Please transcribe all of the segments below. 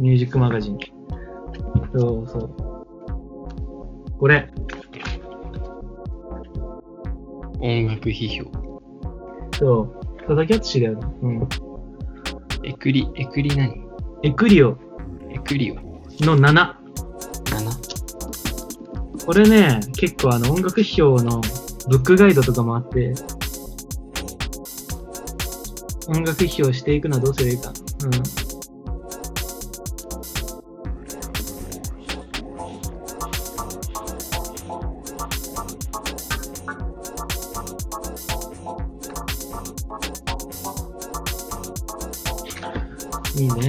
ミュージックマガジン。そうそう。これ。 音楽批評。 そう。佐々木敦だよね。うん。 エクリ何？ エクリオエクリオ。 の7。 7？ これね、結構音楽批評のブックガイドとかもあって、音楽批評していくのはどうすればいいか。うん。いいね。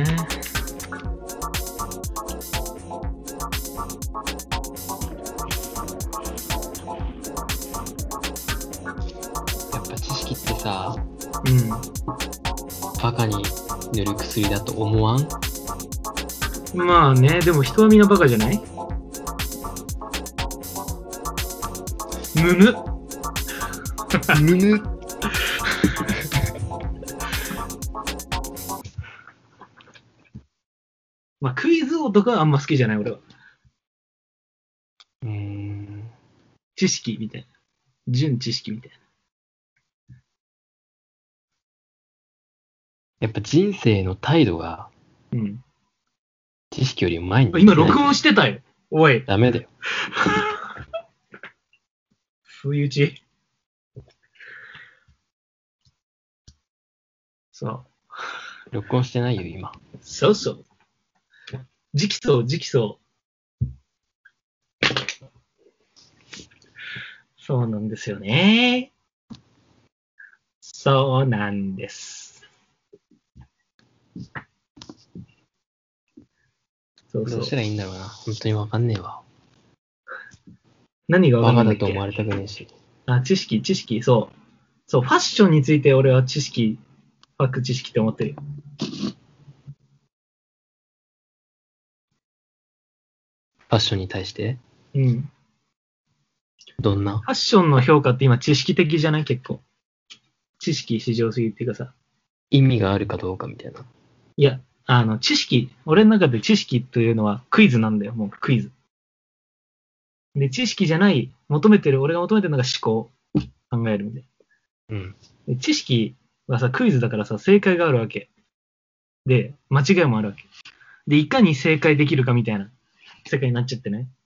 やっぱ知識ってさ、 うん。 バカに塗る薬だと思わん？ まあね、でも人はみんなバカじゃない？むむ。 むむ。 まあクイズ王とかはあんま好きじゃない俺は。知識みたいな。純知識みたいな。 やっぱ人生の態度が、 うん。 知識より前に。 今録音してたよ。おい。 ダメだよ。 不意打ち。そう。 録音してないよ、今。 そうそう。直訴、直訴。そうなんですよね。そうなんです。そうそう。 どうしたらいいんだろうな。本当にわかんねえわ。 何がわかんないんだっけ？ バカだと思われたくねえし。 あ、知識、そう。そう、ファッションについて俺は知識、ファック知識って思ってるよ。 ファッションに対して？ うん。 どんな？ ファッションの評価って今知識的じゃない？結構。知識至上主義っていうかさ。 意味があるかどうかみたいな。 いや、知識、俺の中で知識というのはクイズなんだよ、もうクイズ。で、知識じゃない、俺が求めてるのが思考。考えるんで。 うん。 で知識はさ、クイズだからさ、正解があるわけ。で、間違いもあるわけ。で、いかに正解できるかみたいな世界になっちゃってね。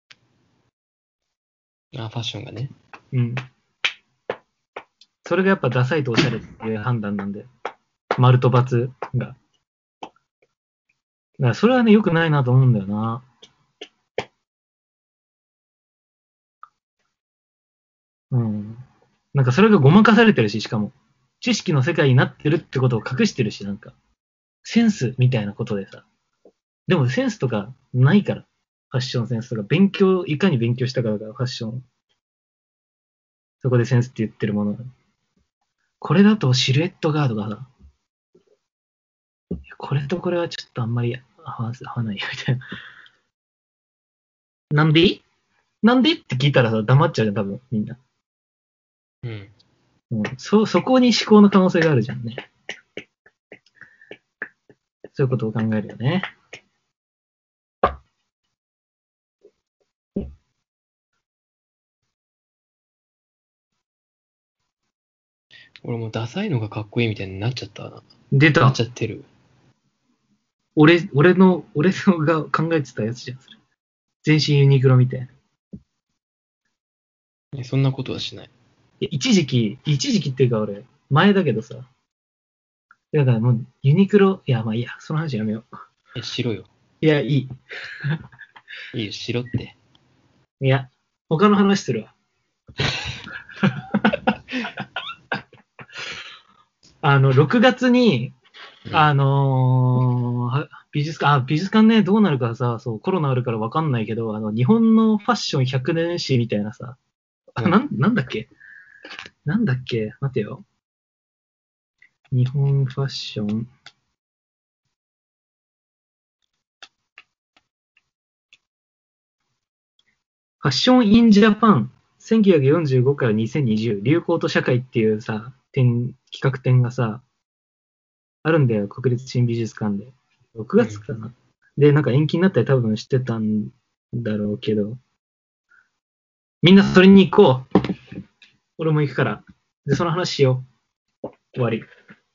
あ、ファッションがね。 うん。それがやっぱダサいとおしゃれっていう判断なんで。丸と×が。だからそれはね、良くないなと思うんだよな。うん。なんかそれがごまかされてるし、しかも。知識の世界になってるってことを隠してるし、なんか。センスみたいなことでさ。でもセンスとかないから。ファッションセンスとか、いかに勉強したかだから、ファッション。そこでセンスって言ってるもの。これだとシルエットガードがさ、これとこれはちょっとあんまり合わないよみたいな。なんでって聞いたらさ、黙っちゃうじゃん、多分、みんな。 うん。 そこに思考の可能性があるじゃんね。そういうことを考えるよね。 俺もうダサいのがかっこいいみたいになっちゃったな。 出たなっち。ゃってる。 俺のが考えてたやつじゃん、それ。全身ユニクロみたいな。 そんなことはしない。 いや一時期っていうか俺、前だけどさ。だからもう、ユニクロ、いや、まあいいや、その話やめよう。 しろよ。 いや、いい。 いいよ、しろって。 いや、他の話するわ。6月に、美術館ね、どうなるかさ、そう、コロナあるからわかんないけど、日本のファッション100年史みたいなさ、なんだっけ待てよ。日本ファッション。ファッションインジャパン1945から2020流行と社会っていうさ、企画展がさ、あるんだよ、国立新美術館で。6月かな、 で、なんか延期になったり多分してたんだろうけど、みんなそれに行こう。俺も行くから。で、その話しよう。終わり。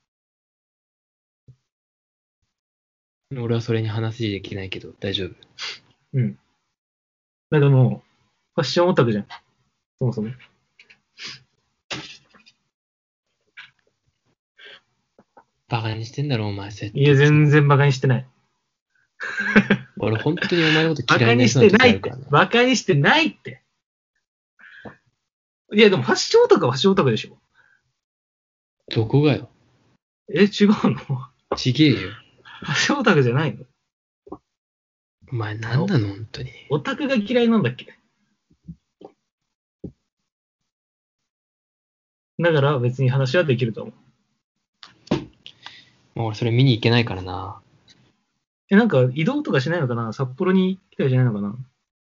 俺はそれに話できないけど、大丈夫。 うん。だからもう、ファッションオタクじゃん。そもそも。 バカにしてんだろ、お前。 いや、全然バカにしてない。 俺、本当にお前のことバカにし嫌いな人なてないって時あるからな。。 バカにしてないって。いや、でもファッションオタクはファッションオタクでしょ。 どこがよ。 違うのフちげえよ。 ァッションオタクじゃないのお前、なんなの、本当に。 オタクが嫌いなんだっけ。だから別に話はできると思う。 まあ、俺、それ見に行けないからな。 なんか移動とかしないのかな、札幌に来たりしないのかな。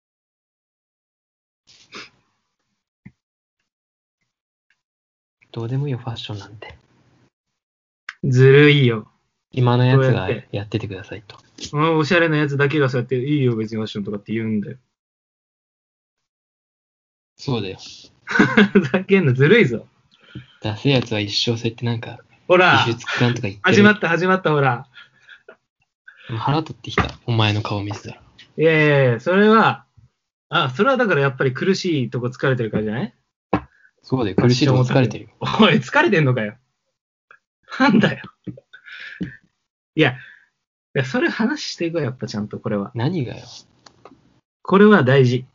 どうでもいいよ、ファッションなんて。 ずるいよ。 今のやつがそうやってやっててくださいと。 おしゃれなやつだけがそうやっていいよ別にファッションとかって言うんだよ。 そうだよ。 ふざけんな、ずるいぞ。 ダセえやつは一生そうやってなんか、 ほら美術館とか行ってる。 始まった、ほら。 腹取ってきた。お前の顔見せたら。 いやいやいや、それはだからやっぱり苦しいとこ疲れてるからじゃない？ そうだよ、苦しいとこ疲れてるよ。 おい、疲れてんのかよ。なんだよ。いや、それ話していこう、やっぱちゃんとこれは。 何がよ。 これは大事。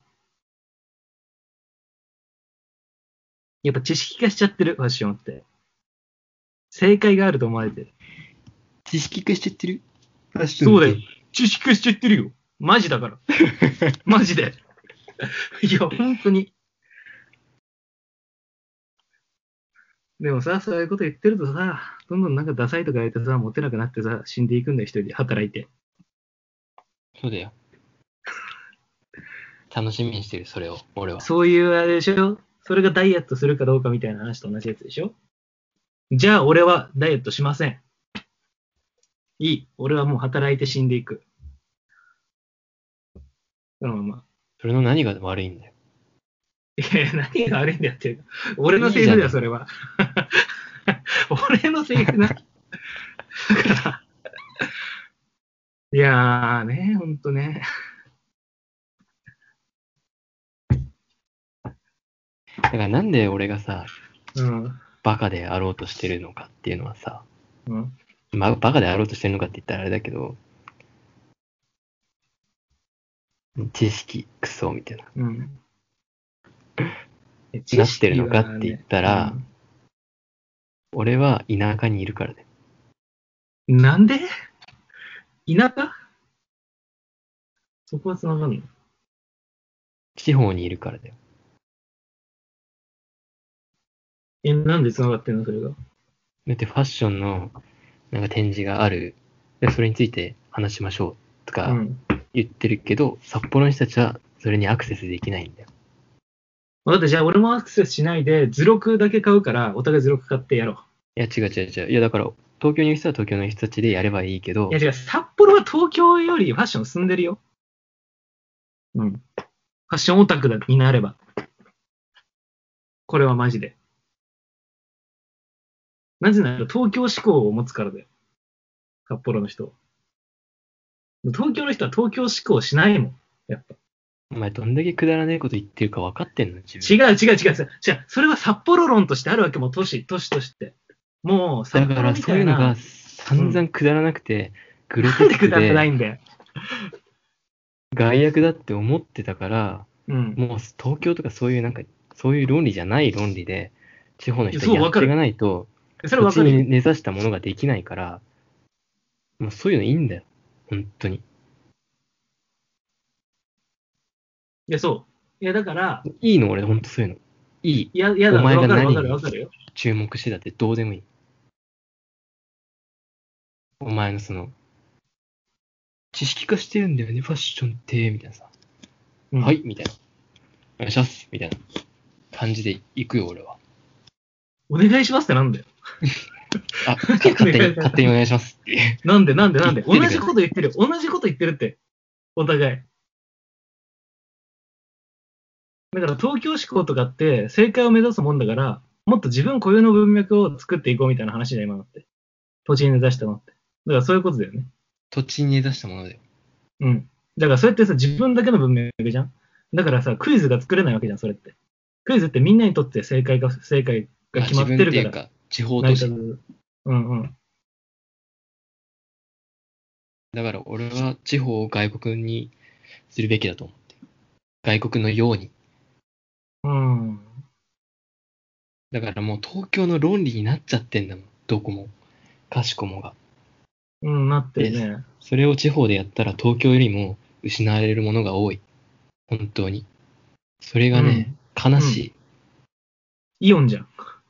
やっぱ知識化しちゃってる、ファッションって。正解があると思われてる。 知識化しちゃってる。 そうだよ。知識化しちゃってるよ。マジだから。マジで。いや、本当に。でもさ、そういうこと言ってるとさ、どんどんなんかダサいとか言ってさ、モテなくなってさ、死んでいくんだよ、一人で働いて。 そうだよ。楽しみにしてる、それを、俺は。 そういうあれでしょ？それがダイエットするかどうかみたいな話と同じやつでしょ？じゃあ俺はダイエットしません。いい。俺はもう働いて死んでいく。そのまま。 それの何が悪いんだよ。 いや、何が悪いんだよっていうか。俺のセリフだよ、それは。俺のセリフな。だから。いやーね、ほんとね。 だからなんで俺がさ、 うん。 バカであろうとしてるのかっていうのはさ、 うん。 まあ、バカであろうとしてるのかって言ったらあれだけど、知識クソみたいな。 うん。 なってるのかって言ったら、 うん俺は田舎にいるからね。 なんで田舎そこは繋がんの？ 地方にいるからだよ。 なんで繋がってんのそれが。 だってファッションのなんか展示がある。で、それについて話しましょうとかうん。 言ってるけど、札幌の人たちはそれにアクセスできないんだよ。 だってじゃあ俺もアクセスしないで、図録だけ買うから、お互い図録買ってやろいや、違う違う違う。いや、だから、東京にいる人は東京の人たちでやればいいけどう。い、や違う、札幌は東京よりファッション進んでるよ。うん。ファッションオタクになれば。これはマジで。なぜなら東京志向を持つからだよ。札幌の人。東京の人は東京志向しないもん。やっぱ。 お前どんだけくだらねえこと言ってるか分かってんの自分。 違う。それは札幌論としてあるわけも、都市として。もう、札だから幌みたいうな。 そういのが散々くだらなくて、グロテなんでくだスクでらないんだよ。 害悪だって思ってたから、 うん。 もう東京とかそういうなんか、そういう論理じゃない論理で、地方の人そうわかるはやっていかないと、土地それわかるよ。 に根ざしたものができないから、もうそういうのいいんだよ。本当に。 いや、そう。いや、だから、 いいの俺、本当そういうの。いい。 いやだ、 お前がわかる何にわかるよ。 注目してたってどうでもいい。お前のその、知識化してるんだよね、ファッションって、みたいなさ。 うんはい、みたいな。お願いします、みたいな感じで行くよ、俺は。 お願いしますってなんだよ。 勝手にお願いしますっていう。 なんで同言ってるからじこと言ってる。同じこと言ってるって。お互い。だから東京思考とかって正解を目指すもんだから、もっと自分固有の文脈を作っていこうみたいな話だよ、今のって。土地に根ざしたのって。だからそういうことだよね。 土地に根ざしたものだよ。 うん。だからそれってさ、自分だけの文脈じゃん。だからさ、クイズが作れないわけじゃん、それって。クイズってみんなにとって正解が決まってるから。 自分っていうか、地方都市。 うんうん。 だから俺は地方を外国にするべきだと思ってる。外国のように。 うん。 だからもう東京の論理になっちゃってんだもん。どこも。かしこもが。 うん、なってるね。 それを地方でやったら東京よりも失われるものが多い。本当に。それがね、悲しい。 イオンじゃん。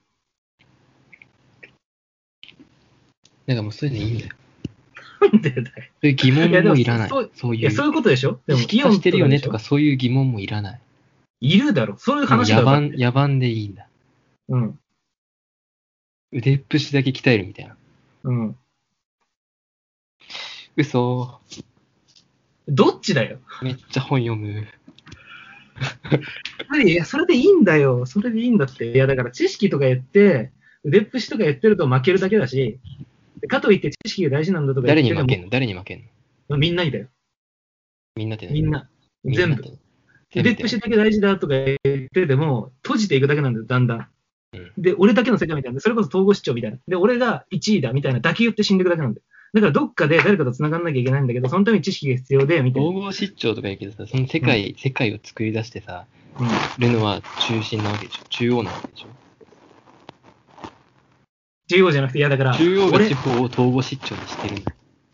だからもうそれでいいんだよ。 なんでだよ。 そういう疑問もいらない。 そういうことでしょ。でも意識化してるよねとかそういう疑問もいらない。 いるだろ。そういう話だろ。 野蛮でいいんだ。 うん。 腕っぷしだけ鍛えるみたいな。 うん。 嘘。 どっちだよ。 めっちゃ本読む。 いや、それでいいんだよ。それでいいんだって。いや、だから知識とか言って、腕っぷしとか言ってると負けるだけだし、かといって知識が大事なんだとか言って誰に負けんのみんなにだよ。 みんなってみんな。全部。腕っぷしだけ大事だとか言ってても、閉じていくだけなんだよ、だんだん。で、俺だけの世界みたいな。それこそ統合失調みたいな。で、俺が1位だみたいなだけ言って死んでいくだけなんだよ。だからどっかで誰かと繋がんなきゃいけないんだけど、そのために知識が必要で、みたいな。 統合失調とか言うけどさ、その世界を作り出してさ、るのは中心なわけでしょ。中央なわけでしょ。 中央じゃなくて、いやだから。 中央が地方を統合失調にしてるんだ。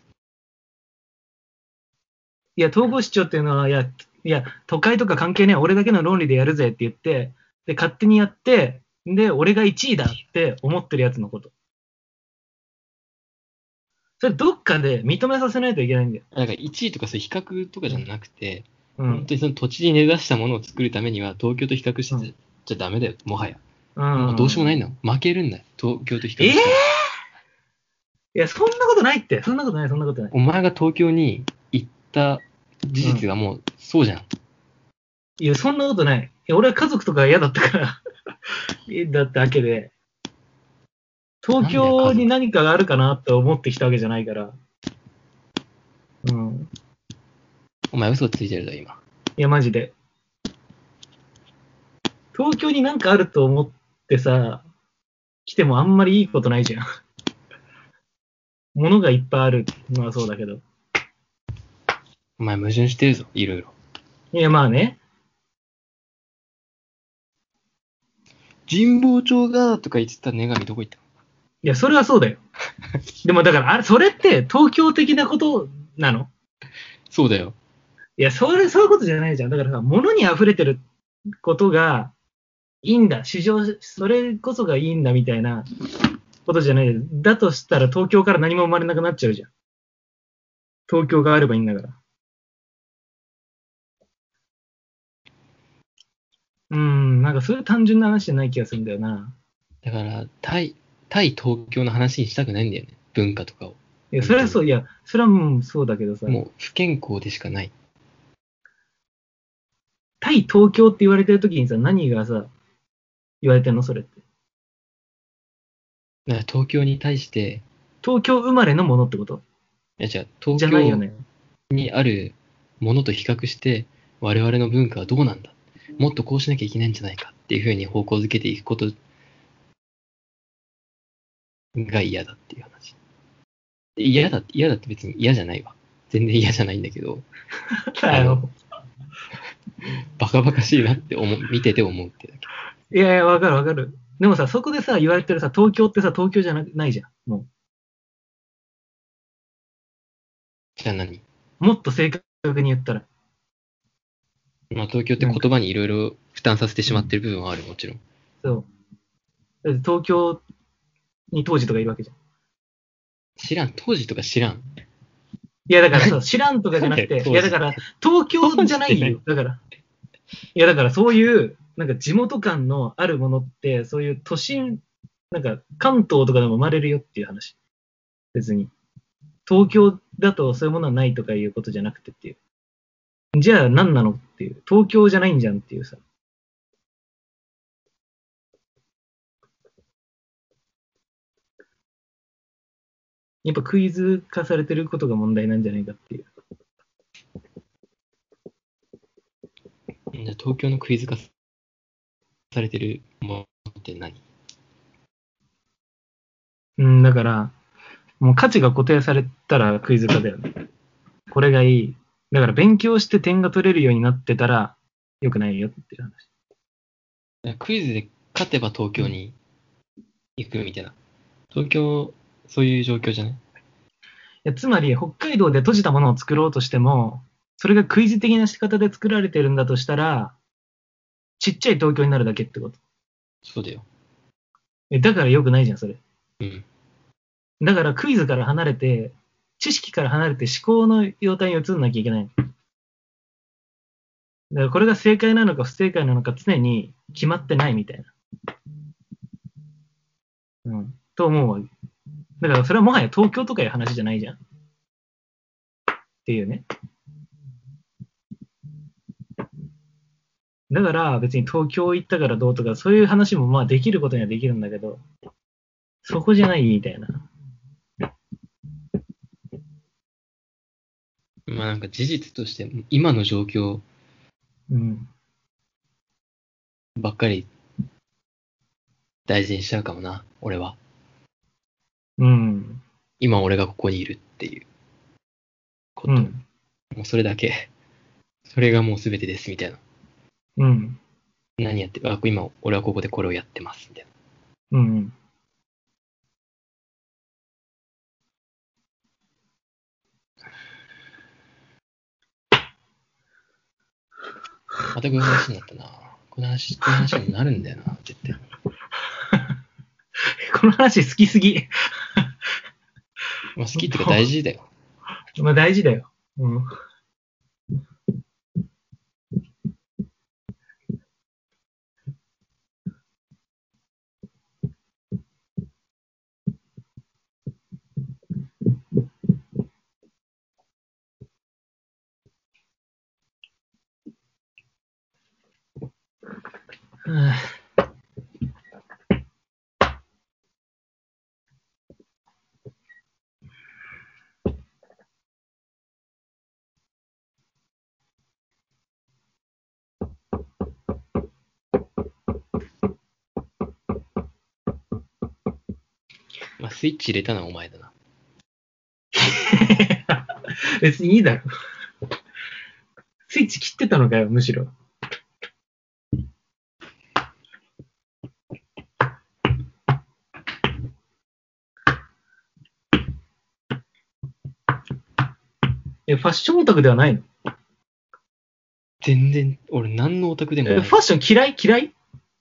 いや、統合失調っていうのは、いや、都会とか関係ねえ、俺だけの論理でやるぜって言って、で、勝手にやって、で、俺が1位だって思ってるやつのこと。それどっかで認めさせないといけないんだよ。 だから1位とかそういう比較とかじゃなくて、 本当にその土地に根ざしたものを作るためには、東京と比較してちゃダメだよ、もはや。もうどうしようもないんだもん。負けるんだよ、東京と比較して。 いや、そんなことないって。そんなことない。 お前が東京に行った事実がもうそうじゃん。 いや、そんなことない。いや、俺は家族とか嫌だったからだったわけで、東京に何かがあるかなって思ってきたわけじゃないから。 お前嘘ついてるぞ、今。 いや、マジで。東京になんかあると思ってさ、来てもあんまりいいことないじゃん。物がいっぱいあるのはそうだけど。 お前矛盾してるぞ、いろいろ。 いや、まあね。 神保町がとか言ってた女神どこ行ったの？ いや、それはそうだよ。でもだから、それって東京的なことなの？ そうだよ。 いや、そういうことじゃないじゃん。だからさ、物に溢れてることがいいんだ。市場、それこそがいいんだみたいなことじゃない。だとしたら東京から何も生まれなくなっちゃうじゃん。東京があればいいんだから。なんかそういう単純な話じゃない気がするんだよな。 だから、対東京の話にしたくないんだよね。文化とかを。 いや、それはそう、いや、それはもうそうだけどさ。 もう不健康でしかない。 対東京って言われてるときにさ、何がさ、言われてんのそれって。 だから東京に対して。 東京生まれのものってこと？ いや、じゃあ、東京にあるものと比較して、我々の文化はどうなんだ？もっとこうしなきゃいけないんじゃないかっていうふうに方向づけていくことが嫌だっていう話。嫌だって別に嫌じゃないわ。全然嫌じゃないんだけど。バカバカしいなって見てて思うってだけ。いやいや、わかる。でもさ、そこでさ、言われてるさ、東京ってさ、東京じゃないじゃん。もう。 じゃあ何？ もっと正確に言ったら。 まあ、東京って言葉にいろいろ負担させてしまってる部分はある、もちろん。 そう。だって東京に当時とかいるわけじゃん。 当時とか知らん。 いや、だからさ、知らんとかじゃなくて、いや、だから、東京じゃないよ。だから、いや、だからそういう、なんか地元感のあるものって、そういう都心なんか関東とかでも生まれるよっていう話。別に。東京だとそういうものはないとかいうことじゃなくてっていう。じゃあ何なのっていう。東京じゃないんじゃんっていうさ。やっぱクイズ化されてることが問題なんじゃないかっていう。 じゃあ東京のクイズ化されてるものって何？ だから、もう価値が固定されたらクイズ化だよね。これがいい。だから勉強して点が取れるようになってたら良くないよっていう話。 クイズで勝てば東京に行くみたいな。東京、そういう状況じゃない？ いやつまり、北海道で閉じたものを作ろうとしても、それがクイズ的な仕方で作られてるんだとしたら、ちっちゃい東京になるだけってこと。 そうだよ。 だから良くないじゃん、それ。 うん。 だからクイズから離れて、知識から離れて思考の様態に移んなきゃいけない。だからこれが正解なのか不正解なのか常に決まってないみたいな。と思うわけ。だからそれはもはや東京とかいう話じゃないじゃん。っていうね。だから別に東京行ったからどうとか、そういう話もまあできることにはできるんだけど、そこじゃないみたいな。 まあなんか事実として今の状況ばっかり大事にしちゃうかもな、俺は。今俺がここにいるっていうこと。もうそれだけ。それがもう全てですみたいな。何やってる？今俺はここでこれをやってますみたいな。またこの話になったな。この話にもなるんだよな、絶対。 この話好きすぎ。 まあ好きっていうか大事だよ。 まあ大事だよ。 まあスイッチ入れたのはお前だな。 別にいいだろ。スイッチ切ってたのかよ、むしろ。ファッションオタクではないの？ 全然、俺何のオタクでもない。 ファッション嫌い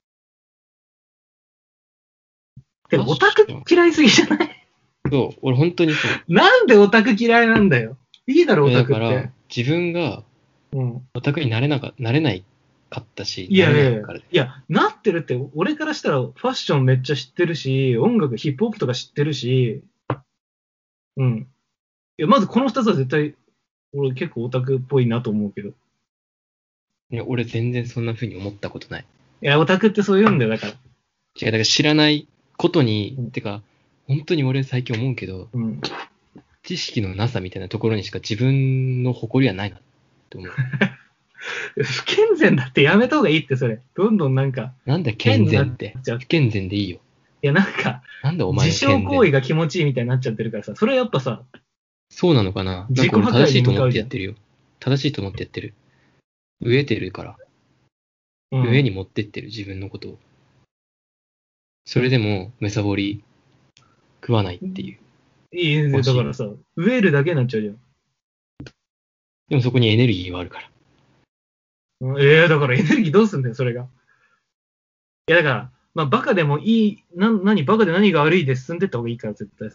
てかオタク嫌いすぎじゃない？ そう、俺本当にそう。 なんでオタク嫌いなんだよ。いいだろ、オタクって。 だから、自分がオタクになれないかったし、 いや、なってるって、俺からしたらファッションめっちゃ知ってるし、音楽、ヒップホップとか知ってるし、いや、まずこの二つは絶対、俺結構オタクっぽいなと思うけど。 いや、俺全然そんな風に思ったことない。 いや、オタクってそう言うんだよ、だから。 違う、だから知らないことに、てか、本当に俺最近思うけど、知識のなさみたいなところにしか自分の誇りはないなって思う。 不健全だってやめた方がいいって、それ。どんどんなんか。 なんだ健全って。不健全でいいよ。 いや、なんか、 なんだお前の自傷行為が気持ちいいみたいになっちゃってるからさ、それやっぱさ、 そうなのかな。なんか俺正しいと思ってやってるよ。正しいと思ってやってる。飢えてるから。上に持ってってる自分のことを。それでも、むさぼり食わないっていう。 いいだからさ、飢えるだけになっちゃうじゃん。 でもそこにエネルギーはあるから。 だからエネルギーどうすんだよ、それが。いや、だから、まあ、バカでもいい、バカで何が悪いで進んでった方がいいから、絶対さ。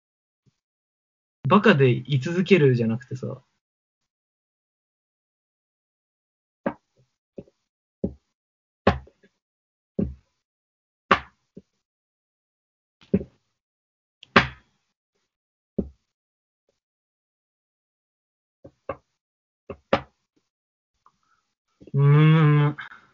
バカで居続けるじゃなくてさ、 ん。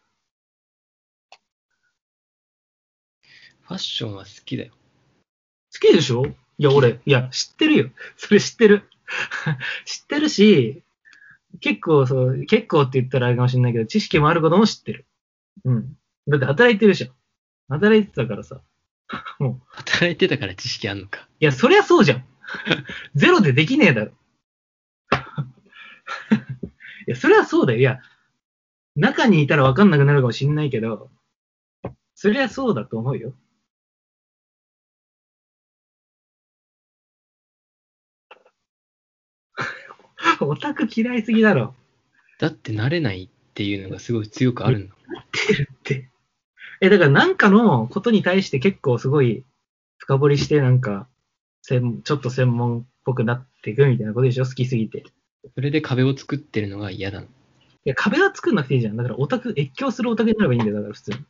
ファッションは好きだよ。 好きでしょ？いや、俺、いや、知ってるよ。それ知ってる。知ってるし、結構って言ったらあれかもしれないけど、知識もあることも知ってる。うん。だって働いてるじゃん。働いてたからさ。もう。 働いてたから知識あんのか。 いや、そりゃそうじゃん。ゼロでできねえだろ。いや、そりゃそうだよ。いや、中にいたら分かんなくなるかもしんないけど、そりゃそうだと思うよ。オタク嫌いすぎだろ。 だって慣れないっていうのがすごい強くあるんだもん。 てるって。だからなんかのことに対して結構すごい深掘りしてなんか、ちょっと専門っぽくなっていくみたいなことでしょ？好きすぎて。 それで壁を作ってるのが嫌だの。 いや、壁は作んなくていいじゃん。だから越境するオタクになればいいんだよ。だから普通に。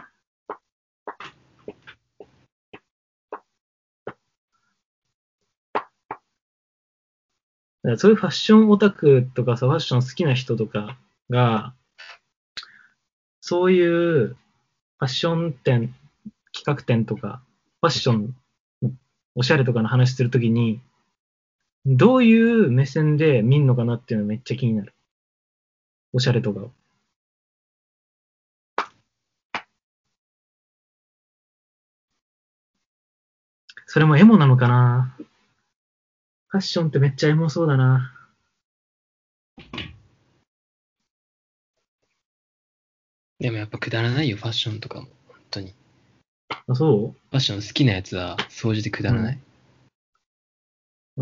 だからそういうファッションオタクとかさ、ファッション好きな人とかが、そういうファッション展、企画展とか、ファッション、おしゃれとかの話するときに、どういう目線で見んのかなっていうのめっちゃ気になる。おしゃれとかを。それもエモなのかな？ファッションってめっちゃエモそうだな。 でもやっぱくだらないよ、ファッションとかも。本当に。 あ、そファッション好きなやつは総じてくだらない。 う？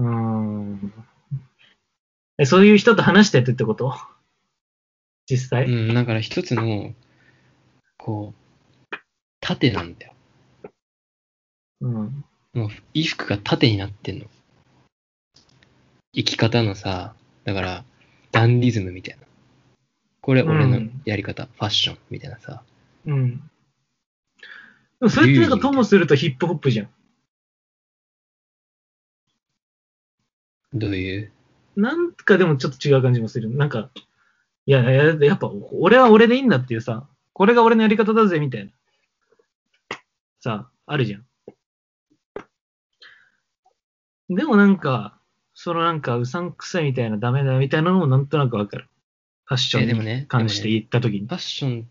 そういう人と話してってこと実際？ だから一つの、こう、盾なんだよ。 うん。 もう衣服が盾になってんの。生き方のさ、だから、ダンディズムみたいな。これ俺のやり方、ファッションみたいなさ。 うん。でもそれってなんかともするとヒップホップじゃん。 どういう？ なんかでもちょっと違う感じもする。なんか、やっぱ俺は俺でいいんだっていうさ、これが俺のやり方だぜみたいな。さ、あるじゃん。でもなんか、そのなんかうさんくさいみたいなダメだみたいなのもなんとなくわかる。ファッションに関して言ったときに。 ファッションって、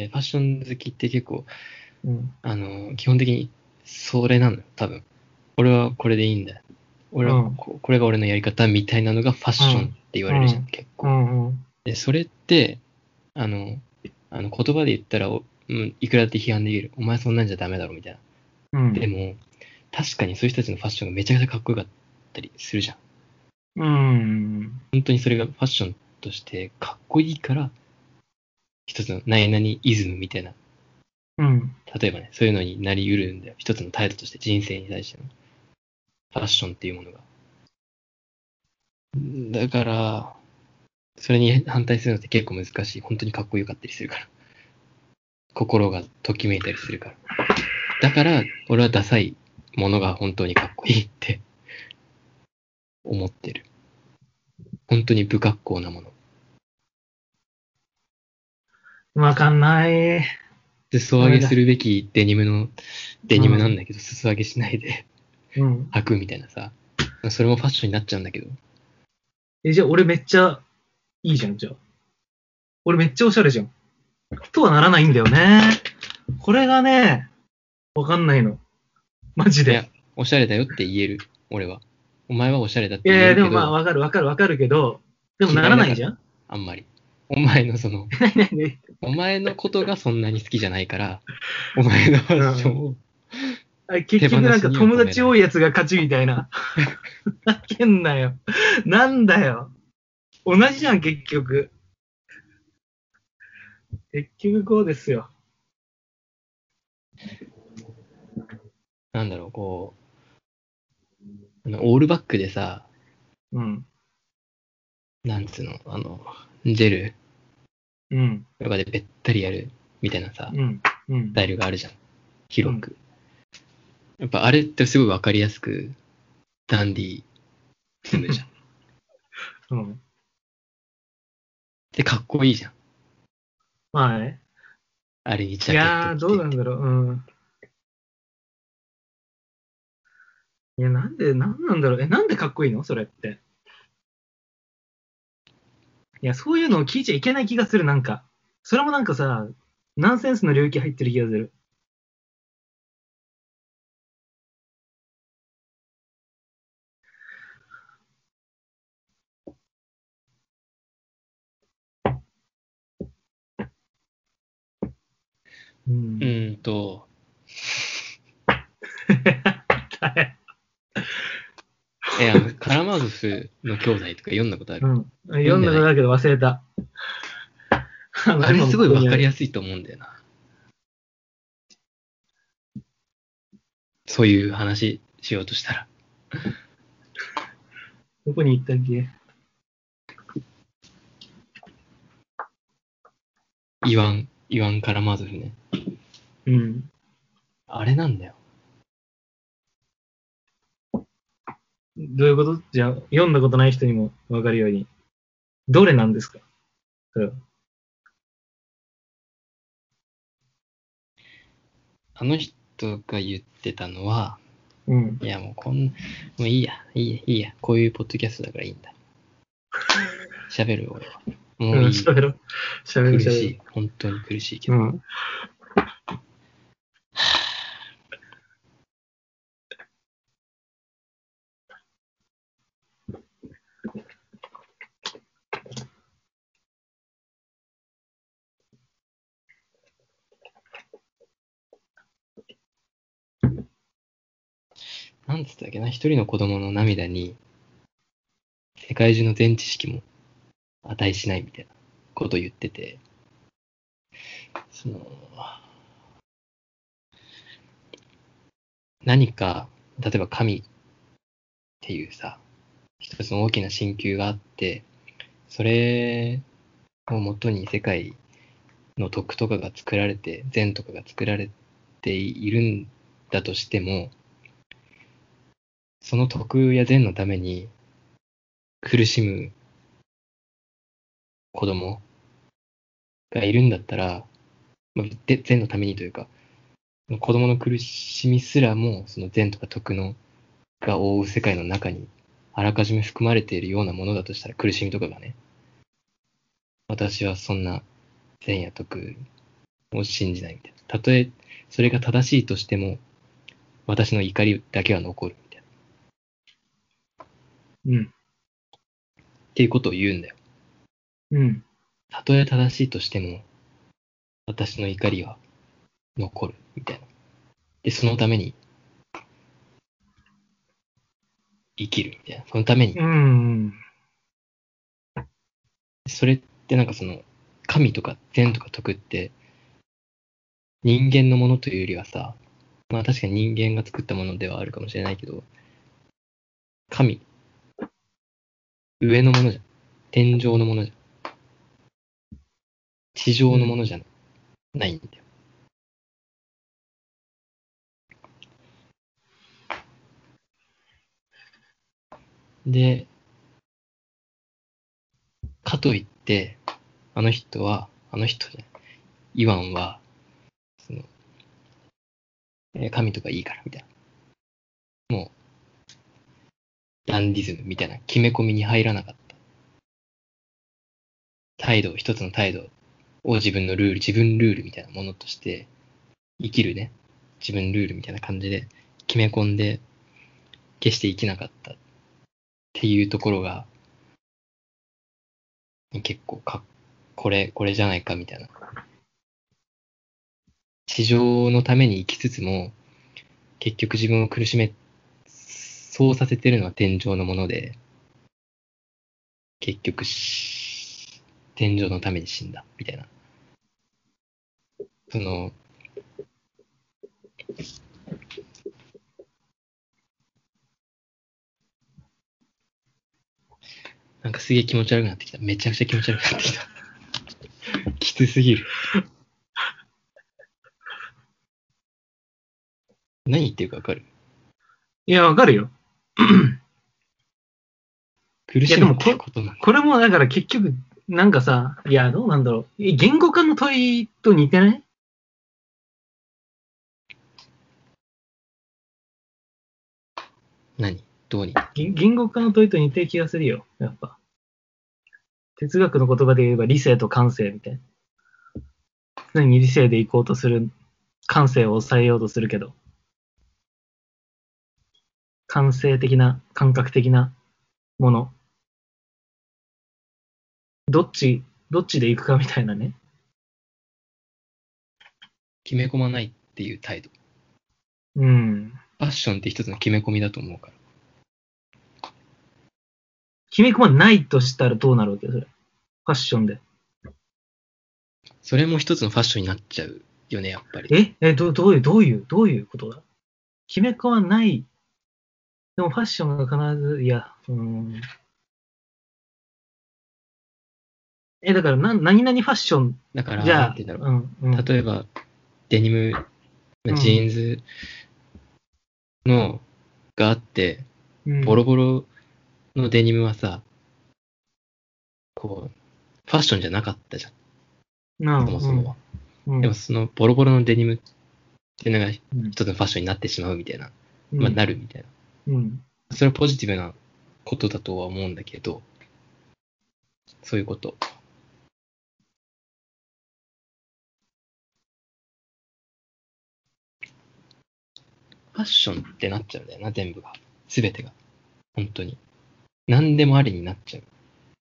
ファッション好きって結構、 うん、 基本的にそれなのよ、多分。俺はこれでいいんだよ。俺はこれが俺のやり方みたいなのがファッションって言われるじゃん、結構。で、それって、言葉で言ったらいくらだって批判できる。お前そんなんじゃダメだろ、みたいな。でも、確かにそういう人たちのファッションがめちゃくちゃかっこよかったりするじゃん。本当にそれがファッションとしてかっこいいから、一つの何々イズムみたいな。例えばね、そういうのになり得るんだよ。一つの態度として人生に対しての。ファッションっていうものが。だから、それに反対するのって結構難しい。本当にかっこよかったりするから。心がときめいたりするから。だから、俺はダサいものが本当にかっこいいって思ってる。本当に不格好なもの。 わかんない。 裾上げするべきデニムなんだけど、裾上げしないで履くみたいなさ。それもファッションになっちゃうんだけど。 じゃあ俺めっちゃいいじゃん、じゃあ。俺めっちゃおしゃれじゃん。とはならないんだよね。これがね、わかんないの。マジで。 いや、おしゃれだよって言える。俺は。お前はおしゃれだって言えるけど。 でもまあわかるけど、でもならないじゃん。 あんまり。お前のお前のことがそんなに好きじゃないから、お前のファッションを。 結局なんか友達多いやつが勝ちみたいな。ふざけんなよ。なんだよ。同じじゃん、結局。結局こうですよ。 なんだろう、こう、オールバックでさ、なんつうの、ジェルとかでべったりやるみたいなさ、スタイルがあるじゃん。広く。やっぱあれってすごいわかりやすく、ダンディーズムじゃん。 で、かっこいいじゃん。 まあね。 あれにジいャケッやー、 ト着て。 どうなんだろう。うん。いや、なんなんだろう。なんでかっこいいのそれって。いや、そういうのを聞いちゃいけない気がする、なんか。それもなんかさ、ナンセンスの領域入ってる気がする。うん。 カラマーゾフの兄弟とか読んだことある？ うん。読読んでない？ んだことだけど忘れた。今もあれすごいここにある。 わかりやすいと思うんだよな。そういう話しようとしたら。 どこに行ったっけ？ イワン・カラマーゾフね。 うん。 あれなんだよ。 どういうことじゃあ、読んだことない人にもわかるように。どれなんですかそれは。 あの人が言ってたのは、 うん。 いやもういいや、いいや。こういうポッドキャストだからいいんだ。喋るよ、俺は。もういい。 喋ろう。喋ろう、喋ろう。 苦しい。本当に苦しいけど。 うん。 なんつったっけな、一人の子供の涙に、世界中の全知識も値しないみたいなことを言ってて、その、何か、例えば神っていうさ、一つの大きな神宮があって、それをもとに世界の徳とかが作られて、善とかが作られているんだとしても、その徳や善のために苦しむ子供がいるんだったら、善のためにというか、子供の苦しみすらも、その善とか徳のが覆う世界の中にあらかじめ含まれているようなものだとしたら、苦しみとかがね、私はそんな善や徳を信じないみたいな。たとえそれが正しいとしても、私の怒りだけは残るみたいな。 うん。 っていうことを言うんだよ。 うん。 たとえ正しいとしても、私の怒りは残るみたいな。で、そのために生きるみたいな。そのために。 うん。 それってなんか神とか善とか徳って、人間のものというよりはさ、まあ確かに人間が作ったものではあるかもしれないけど、神、上のものじゃん。天上のものじゃん。地上のものじゃないんだよ。で、かといって、あの人じゃない、イワンは、その、神とかいいからみたいな。もう、ダンディズムみたいな決め込みに入らなかった。一つの態度を自分ルールみたいなものとして生きるね。自分ルールみたいな感じで決め込んで決して生きなかったっていうところが結構これじゃないかみたいな。地上のために生きつつも結局自分を苦しめそうさせてるのは天上のもので、結局天上のために死んだみたいな。そのなんかすげえ気持ち悪くなってきた。めちゃくちゃ気持ち悪くなってきた。きつすぎる。何言ってるかわかる？ いや、わかるよ。 苦いや、 しむってでもことなんだ。 これもだから結局、 なんかさ、いや、どうなんだろう。言語化の問いと似てない？ 何？どうに？ 言語化の問いと似てる気がするよ。やっぱ。哲学の言葉で言えば理性と感性みたいな。常に理性で行こうとする、感性を抑えようとするけど、感性的な、感覚的なもの。どっちで行くかみたいなね。 決め込まないっていう態度。 うん。 ファッションって一つの決め込みだと思うから。 決め込まないとしたらどうなるわけよ、それ。ファッションで。 それも一つのファッションになっちゃうよね、やっぱり。 どういうことだ？決め込まない。でもファッションが必ず、いや、だから何々ファッションだから、 じゃあ、 なんて言うんだろう。例えば、デニム、ジーンズのがあって、ボロボロのデニムはさ、こう、ファッションじゃなかったじゃん。そもそもは。でもそのボロボロのデニムっていうのが一つのファッションになってしまうみたいな。まあ、なるみたいな。それはポジティブなことだとは思うんだけど、そういうこと。ファッションってなっちゃうんだよな、全部が。すべてが。本当に。何でもありになっちゃう。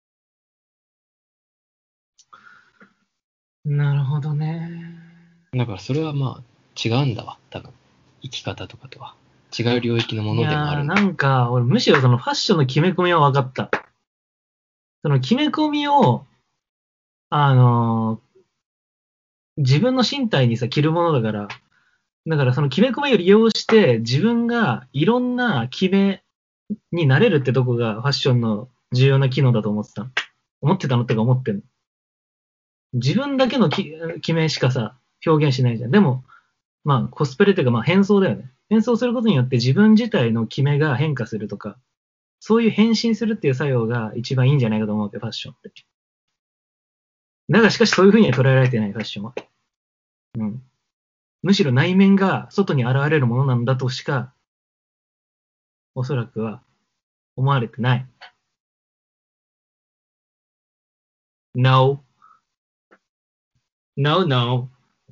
なるほどね。 だからそれはまあ違うんだわ、多分。生き方とかとは。違う領域のものでもあるんだ。 なんか、俺むしろそのファッションの決め込みは分かった。その決め込みを、自分の身体にさ、着るものだから、だからその決め込みを利用して自分がいろんな決めになれるってとこがファッションの重要な機能だと思ってたのってか思ってんの。自分だけの決めしかさ、表現しないじゃん。でも、まあコスプレっていうかまあ変装だよね。変装することによって自分自体の決めが変化するとか、そういう変身するっていう作用が一番いいんじゃないかと思うわけ、ファッションって。だがしかしそういうふうには捉えられてない、ファッションは。うん。むしろ内面が外に現れるものなんだとしか、おそらくは思われてない。No. No, no.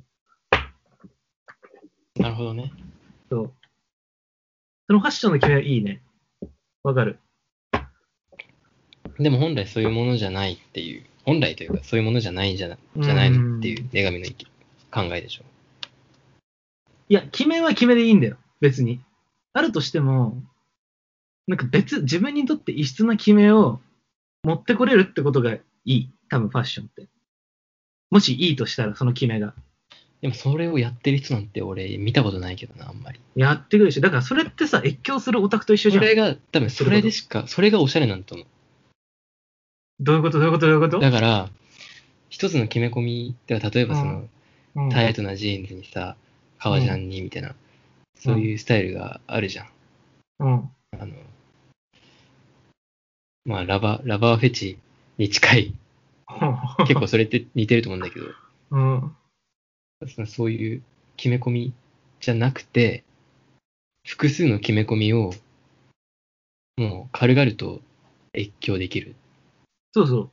なるほどね。 そう。そのファッションの決めはいいね。わかる。 でも本来そういうものじゃないっていう、本来というかそういうものじゃないじゃないのっていう女神の考えでしょ。 いや、決めは決めでいいんだよ。別に。あるとしても、なんか自分にとって異質な決めを持ってこれるってことがいい。多分ファッションって。もしいいとしたら、その決めが。 でもそれをやってる人なんて俺見たことないけどな、あんまり。 やってくるし、だからそれってさ、越境するオタクと一緒じゃん。 それが、多分それでしか、それがおしゃれなんだと思う。 どういうことだから、一つの決め込みでは、例えばその、タイトなジーンズにさ、革ジャンにみたいな、そういうスタイルがあるじゃん。まあ、ラバーフェチに近い。結構それって似てると思うんだけど、そういう決め込みじゃなくて、複数の決め込みを、もう軽々と越境できる。 そうそう。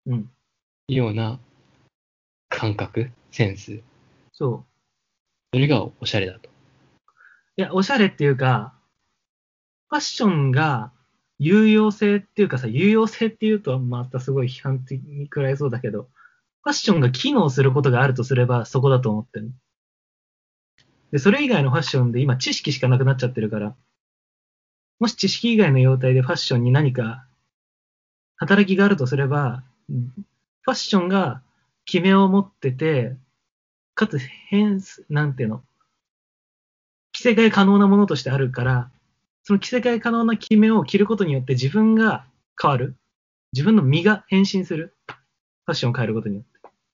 ような感覚、センス。 そう。 それがおしゃれだと。 いや、おしゃれっていうか、ファッションが有用性っていうかさ、有用性っていうとまたすごい批判的に食らいそうだけど、ファッションが機能することがあるとすればそこだと思ってる。で、それ以外のファッションで今知識しかなくなっちゃってるから、もし知識以外の様態でファッションに何か働きがあるとすれば、ファッションが決めを持ってて、かつなんていうの、着せ替え可能なものとしてあるから、その着せ替え可能な決めを着ることによって自分が変わる。自分の身が変身する。ファッションを変えることによって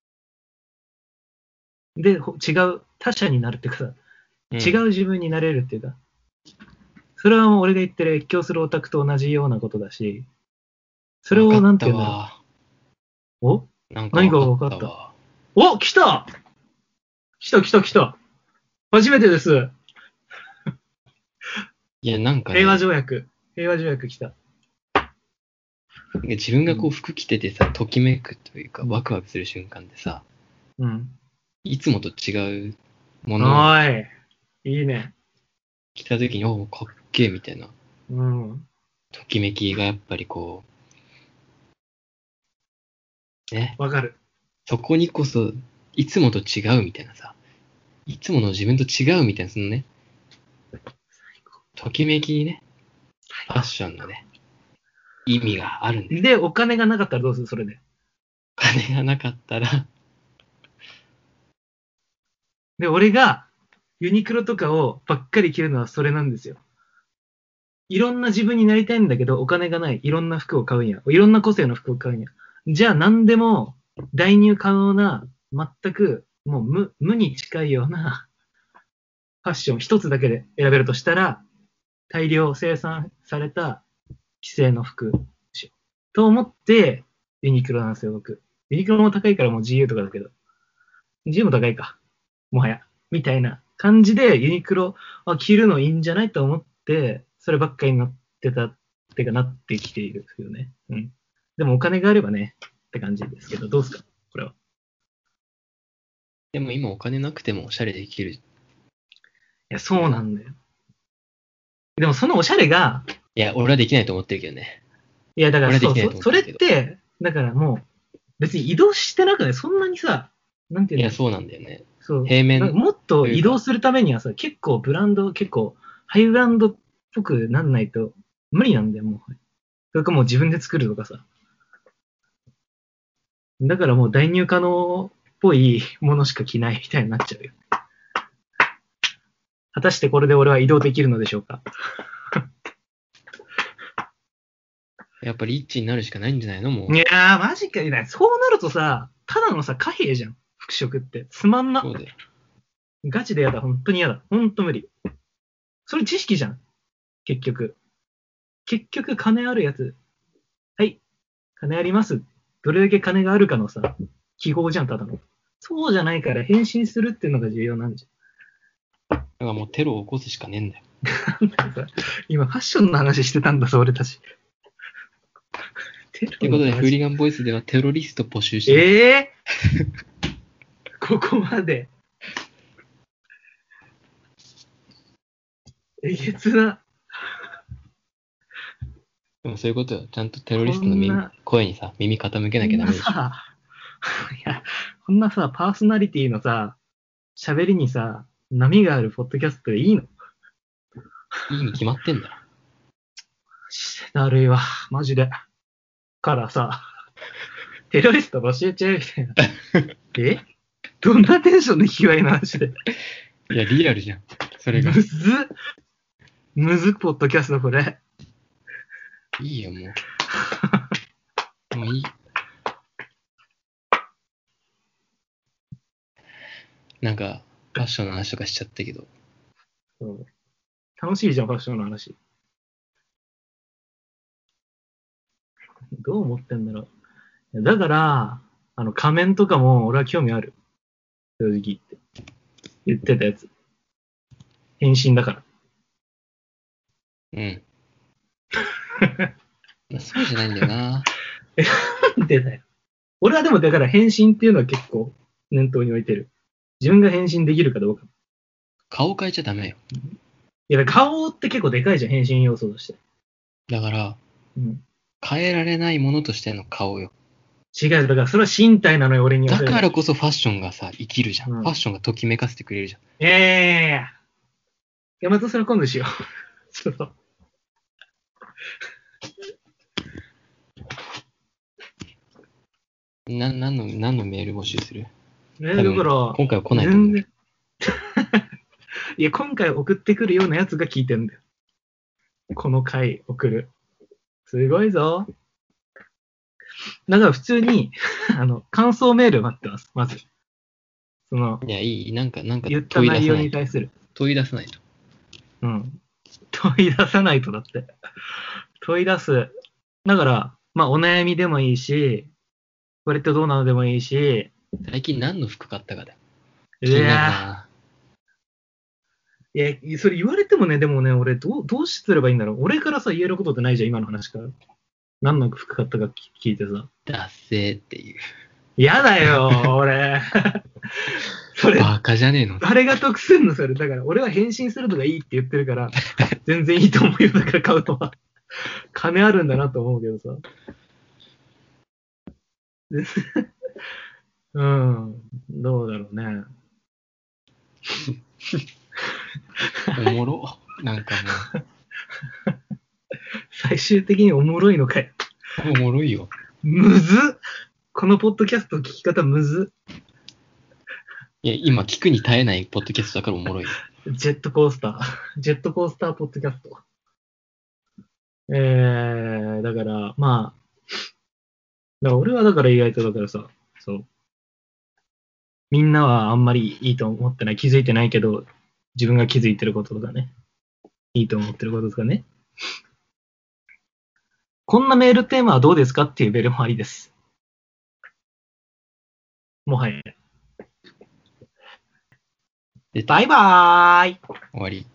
。で、違う他者になるっていうかさ、違う自分になれるっていうか、それはもう俺が言ってる越境するオタクと同じようなことだし、それをなんていうんだろおなんか何が分分かったかったわ。 お来た来た初めてです。 いや、なんか平和ね、 条約。平和条約来た。 自分がこう服着ててさ、ときめくというか、 うんワクワクする瞬間でさ、 うん。 いつもと違うもおのをーい。いいね。 着た時に、おお、かっけえみたいな、 うん。 ときめきがやっぱりこう、ね、 わかる。 そこにこそ、いつもと違うみたいなさ、いつもの自分と違うみたいな、そのね、ときめきにね、ファッションのね、意味があるんです。 で、お金がなかったらどうするそれで。 金がなかったら、 で、俺がユニクロとかをばっかり着るのはそれなんですよ。いろんな自分になりたいんだけど、お金がない。いろんな服を買うんや。いろんな個性の服を買うんや。じゃあ何でも代入可能な、全くもう無に近いようなファッション一つだけで選べるとしたら、大量生産された既製の服と思って、ユニクロなんですよ、僕。ユニクロも高いからもう GU とかだけど。GU も高いか。もはや。みたいな感じでユニクロ、着るのいいんじゃないと思って、そればっかりになってたってかなってきているよね。うん。でもお金があればね、って感じですけど、どうですかこれは。 でも今お金なくてもおしゃれできる。 いや、そうなんだよ。でもそのおしゃれが、 いや、俺はできないと思ってるけどね。 いや、だからそう、 俺はできないと思っそれってるけど。 て、だからもう、別に移動してなくないそんなにさ、なんていいや、 うんだろう。 そうなんだよね。 そう。 平面なんかもっと移動するためにはさ、結構ブランド、結構ハイブランドっぽくなんないと無理なんだよ、もう。それかもう自分で作るとかさ。だからもう代入可能っぽいものしか着ないみたいになっちゃうよ。果たしてこれで俺は移動できるのでしょうか。 やっぱりリッチになるしかないんじゃないのもう。 いやー、マジかいな。そうなるとさ、ただのさ、貨幣じゃん。服飾って。つまんな。 そうだよ。 ガチでやだ。本当にやだ。本当無理。それ知識じゃん。結局。結局、金あるやつ。はい。金あります。どれだけ金があるかのさ、記号じゃん、ただの。そうじゃないから変身するっていうのが重要なんじだからもうテロを起こすしかねえんだよ。 ゃん。なんだよさ今、ファッションの話してたんだぞ、俺たち。 ということで、フーリガンボイスではテロリスト募集してここまで。えげつな。 でもそういうことよ。ちゃんとテロリストのこんな声にさ、耳傾けなきゃダメでしょ。 こんなさ、パーソナリティのさ、喋りにさ、波があるポッドキャストでいいのいいに決まってんだろ。 だるいわ、マジで。からさ、テロリスト教えちゃうみたいな。どんなテンションの引き合いの話で。 いや、リアルじゃん。それが。 むずっポッドキャストこれ。 いいよ、もう。もういい。なんか、ファッションの話とかしちゃったけど。 そう楽しいじゃん、ファッションの話。どう思ってんだろう。だから、仮面とかも俺は興味ある。正直言って。言ってたやつ。変身だから。 うん。そうじゃないんだよな。 なんでだよ。俺はでもだから変身っていうのは結構念頭に置いてる。自分が変身できるかどうか。 顔変えちゃダメよ。 いや、顔って結構でかいじゃん、変身要素として。 だから、 うん、 変えられないものとしての顔よ。 違う、だからそれは身体なのよ、俺には。 だからこそファッションがさ、生きるじゃん。 うんファッションがときめかせてくれるじゃん。 いや、またそれ今度しよう。ちょっと。 何のメール募集する？ だから、 今回は来ないと思う。 いや、今回送ってくるようなやつが聞いてんだよ。この回送る。すごいぞ。だから普通に、感想メール待ってます、まず。 いや、いい。なんか言った内容に対する。 問い出さないと。 うん。問い出さないとだって。問い出す。だから、まあ、お悩みでもいいし、 これってどうなのでもいいし、 最近何の服買ったかだ。 い気になるやな。 ー、いや、それ言われてもね、でもね、俺どうすればいいんだろう。俺からさ、言えることってないじゃん、今の話から。何の服買ったか聞いてさ。 ダッセーっていう。 嫌だよ、俺。それ、 バカじゃねえの。 誰が得すんのそれ。だから、俺は返信するのがいいって言ってるから、全然いいと思うよ。だから買うのは。金あるんだなと思うけどさ。うん。どうだろうね。 おもろ。なんかも最終的におもろいのかよ。 う、おもろいよ。 むずっ。このポッドキャスト聞き方むずっ。 いや、今聞くに耐えないポッドキャストだからおもろいよ。 ジェットコースター。ジェットコースターポッドキャスト。だから、まあ、だから俺はだから意外とだからさ、そう。みんなはあんまりいいと思ってない、気づいてないけど、自分が気づいてることとかね。いいと思ってることとかね。こんなメールテーマはどうですかっていうメールもありです。もはや。バイバーイ。 終わり。